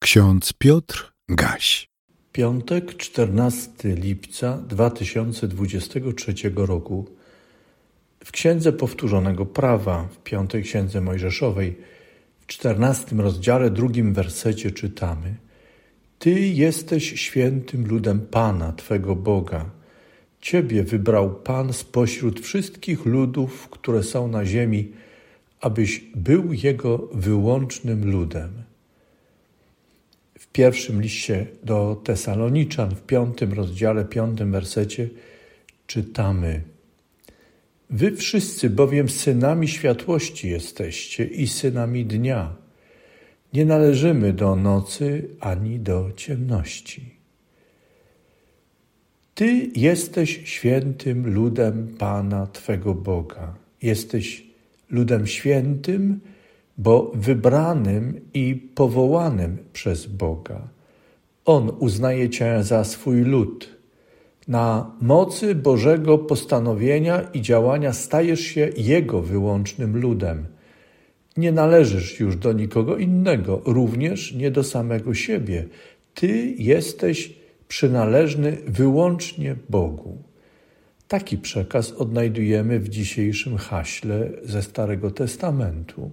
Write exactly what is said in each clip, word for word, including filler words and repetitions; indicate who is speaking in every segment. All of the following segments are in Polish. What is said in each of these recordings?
Speaker 1: Ksiądz Piotr Gaś.
Speaker 2: Piątek, czternastego lipca dwa tysiące dwudziestego trzeciego roku. W Księdze Powtórzonego Prawa, w piątej Księdze Mojżeszowej, w czternastym rozdziale, drugim wersecie czytamy: Ty jesteś świętym ludem Pana, Twego Boga. Ciebie wybrał Pan spośród wszystkich ludów, które są na ziemi, abyś był Jego wyłącznym ludem. W pierwszym liście do Tesaloniczan, w piątym rozdziale, piątym wersecie czytamy: Wy wszyscy bowiem synami światłości jesteście i synami dnia. Nie należymy do nocy ani do ciemności. Ty jesteś świętym ludem Pana Twego Boga. Jesteś ludem świętym, bo wybranym i powołanym przez Boga. On uznaje Cię za swój lud. Na mocy Bożego postanowienia i działania stajesz się Jego wyłącznym ludem. Nie należysz już do nikogo innego, również nie do samego siebie. Ty jesteś przynależny wyłącznie Bogu. Taki przekaz odnajdujemy w dzisiejszym haśle ze Starego Testamentu.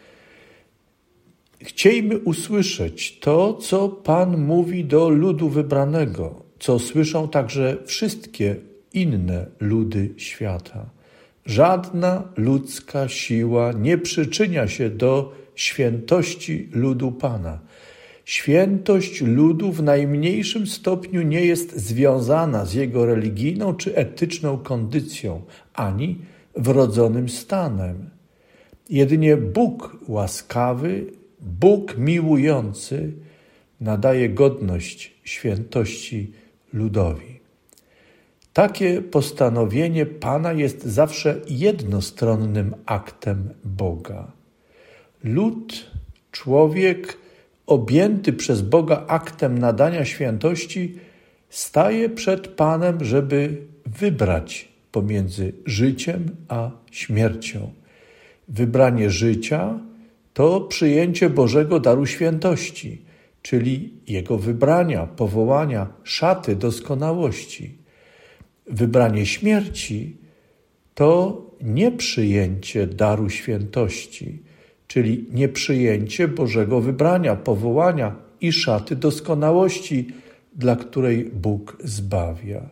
Speaker 2: Chciejmy usłyszeć to, co Pan mówi do ludu wybranego, co słyszą także wszystkie inne ludy świata. Żadna ludzka siła nie przyczynia się do świętości ludu Pana. Świętość ludu w najmniejszym stopniu nie jest związana z jego religijną czy etyczną kondycją, ani wrodzonym stanem. Jedynie Bóg łaskawy, Bóg miłujący nadaje godność świętości ludowi. Takie postanowienie Pana jest zawsze jednostronnym aktem Boga. Lud, człowiek objęty przez Boga aktem nadania świętości, staje przed Panem, żeby wybrać pomiędzy życiem a śmiercią. Wybranie życia to przyjęcie Bożego daru świętości, czyli Jego wybrania, powołania, szaty doskonałości. Wybranie śmierci to nieprzyjęcie daru świętości, czyli nieprzyjęcie Bożego wybrania, powołania i szaty doskonałości, dla której Bóg zbawia.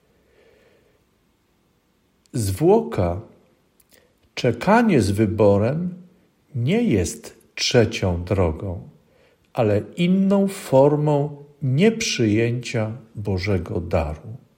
Speaker 2: Zwłoka, czekanie z wyborem nie jest trzecią drogą, ale inną formą nieprzyjęcia Bożego daru.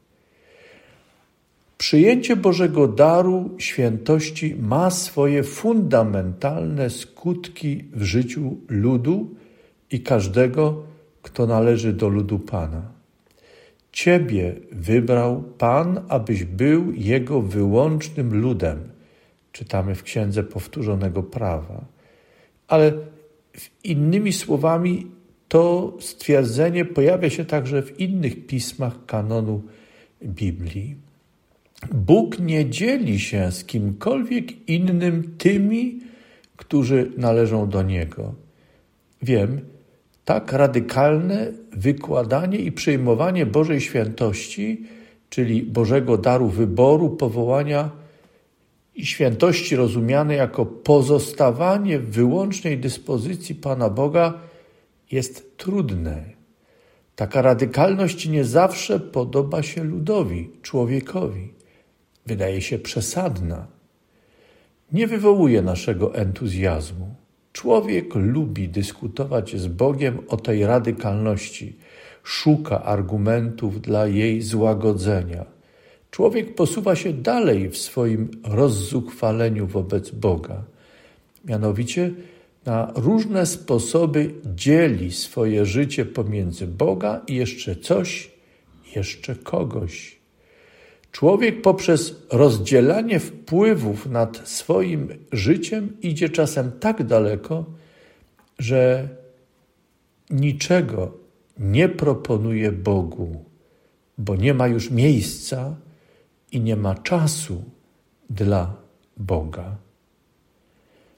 Speaker 2: Przyjęcie Bożego daru świętości ma swoje fundamentalne skutki w życiu ludu i każdego, kto należy do ludu Pana. Ciebie wybrał Pan, abyś był Jego wyłącznym ludem. Czytamy w Księdze Powtórzonego Prawa. Ale innymi słowami to stwierdzenie pojawia się także w innych pismach kanonu Biblii. Bóg nie dzieli się z kimkolwiek innym tymi, którzy należą do Niego. Wiem, tak radykalne wykładanie i przyjmowanie Bożej świętości, czyli Bożego daru wyboru, powołania i świętości rozumiane jako pozostawanie w wyłącznej dyspozycji Pana Boga, jest trudne. Taka radykalność nie zawsze podoba się ludowi, człowiekowi. Wydaje się przesadna. Nie wywołuje naszego entuzjazmu. Człowiek lubi dyskutować z Bogiem o tej radykalności, szuka argumentów dla jej złagodzenia. Człowiek posuwa się dalej w swoim rozzuchwaleniu wobec Boga. Mianowicie na różne sposoby dzieli swoje życie pomiędzy Boga i jeszcze coś, jeszcze kogoś. Człowiek poprzez rozdzielanie wpływów nad swoim życiem idzie czasem tak daleko, że niczego nie proponuje Bogu, bo nie ma już miejsca i nie ma czasu dla Boga.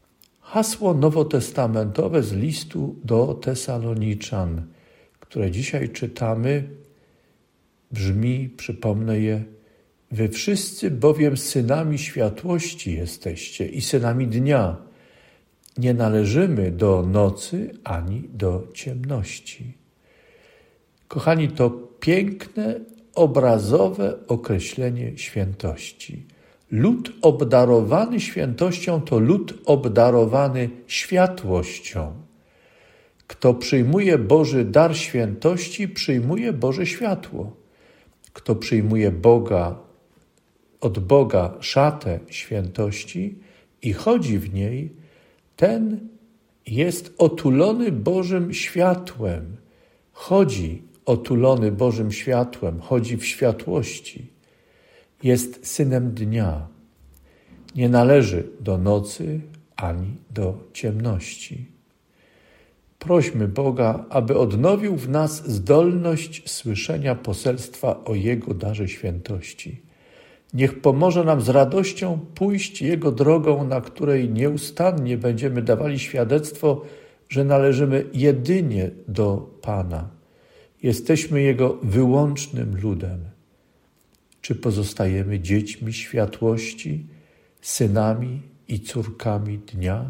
Speaker 2: Hasło nowotestamentowe z listu do Tesaloniczan, które dzisiaj czytamy, brzmi, przypomnę je: wy wszyscy bowiem synami światłości jesteście i synami dnia. Nie należymy do nocy ani do ciemności. Kochani, to piękne, obrazowe określenie świętości. Lud obdarowany świętością to lud obdarowany światłością. Kto przyjmuje Boży dar świętości, przyjmuje Boże światło. Kto przyjmuje Boga, od Boga szatę świętości i chodzi w niej, ten jest otulony Bożym światłem. Chodzi otulony Bożym światłem, chodzi w światłości. Jest synem dnia. Nie należy do nocy ani do ciemności. Prośmy Boga, aby odnowił w nas zdolność słyszenia poselstwa o Jego darze świętości. Niech pomoże nam z radością pójść Jego drogą, na której nieustannie będziemy dawali świadectwo, że należymy jedynie do Pana. Jesteśmy Jego wyłącznym ludem. Czy pozostajemy dziećmi światłości, synami i córkami dnia?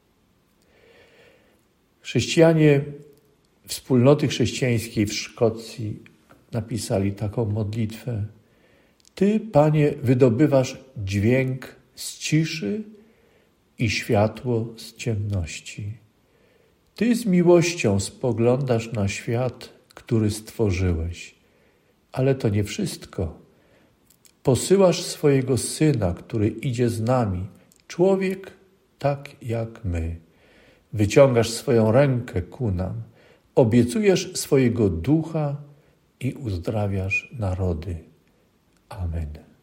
Speaker 2: Chrześcijanie wspólnoty chrześcijańskiej w Szkocji napisali taką modlitwę: Ty, Panie, wydobywasz dźwięk z ciszy i światło z ciemności. Ty z miłością spoglądasz na świat, który stworzyłeś. Ale to nie wszystko. Posyłasz swojego Syna, który idzie z nami, człowiek tak jak my. Wyciągasz swoją rękę ku nam, obiecujesz swojego Ducha i uzdrawiasz narody. Amen.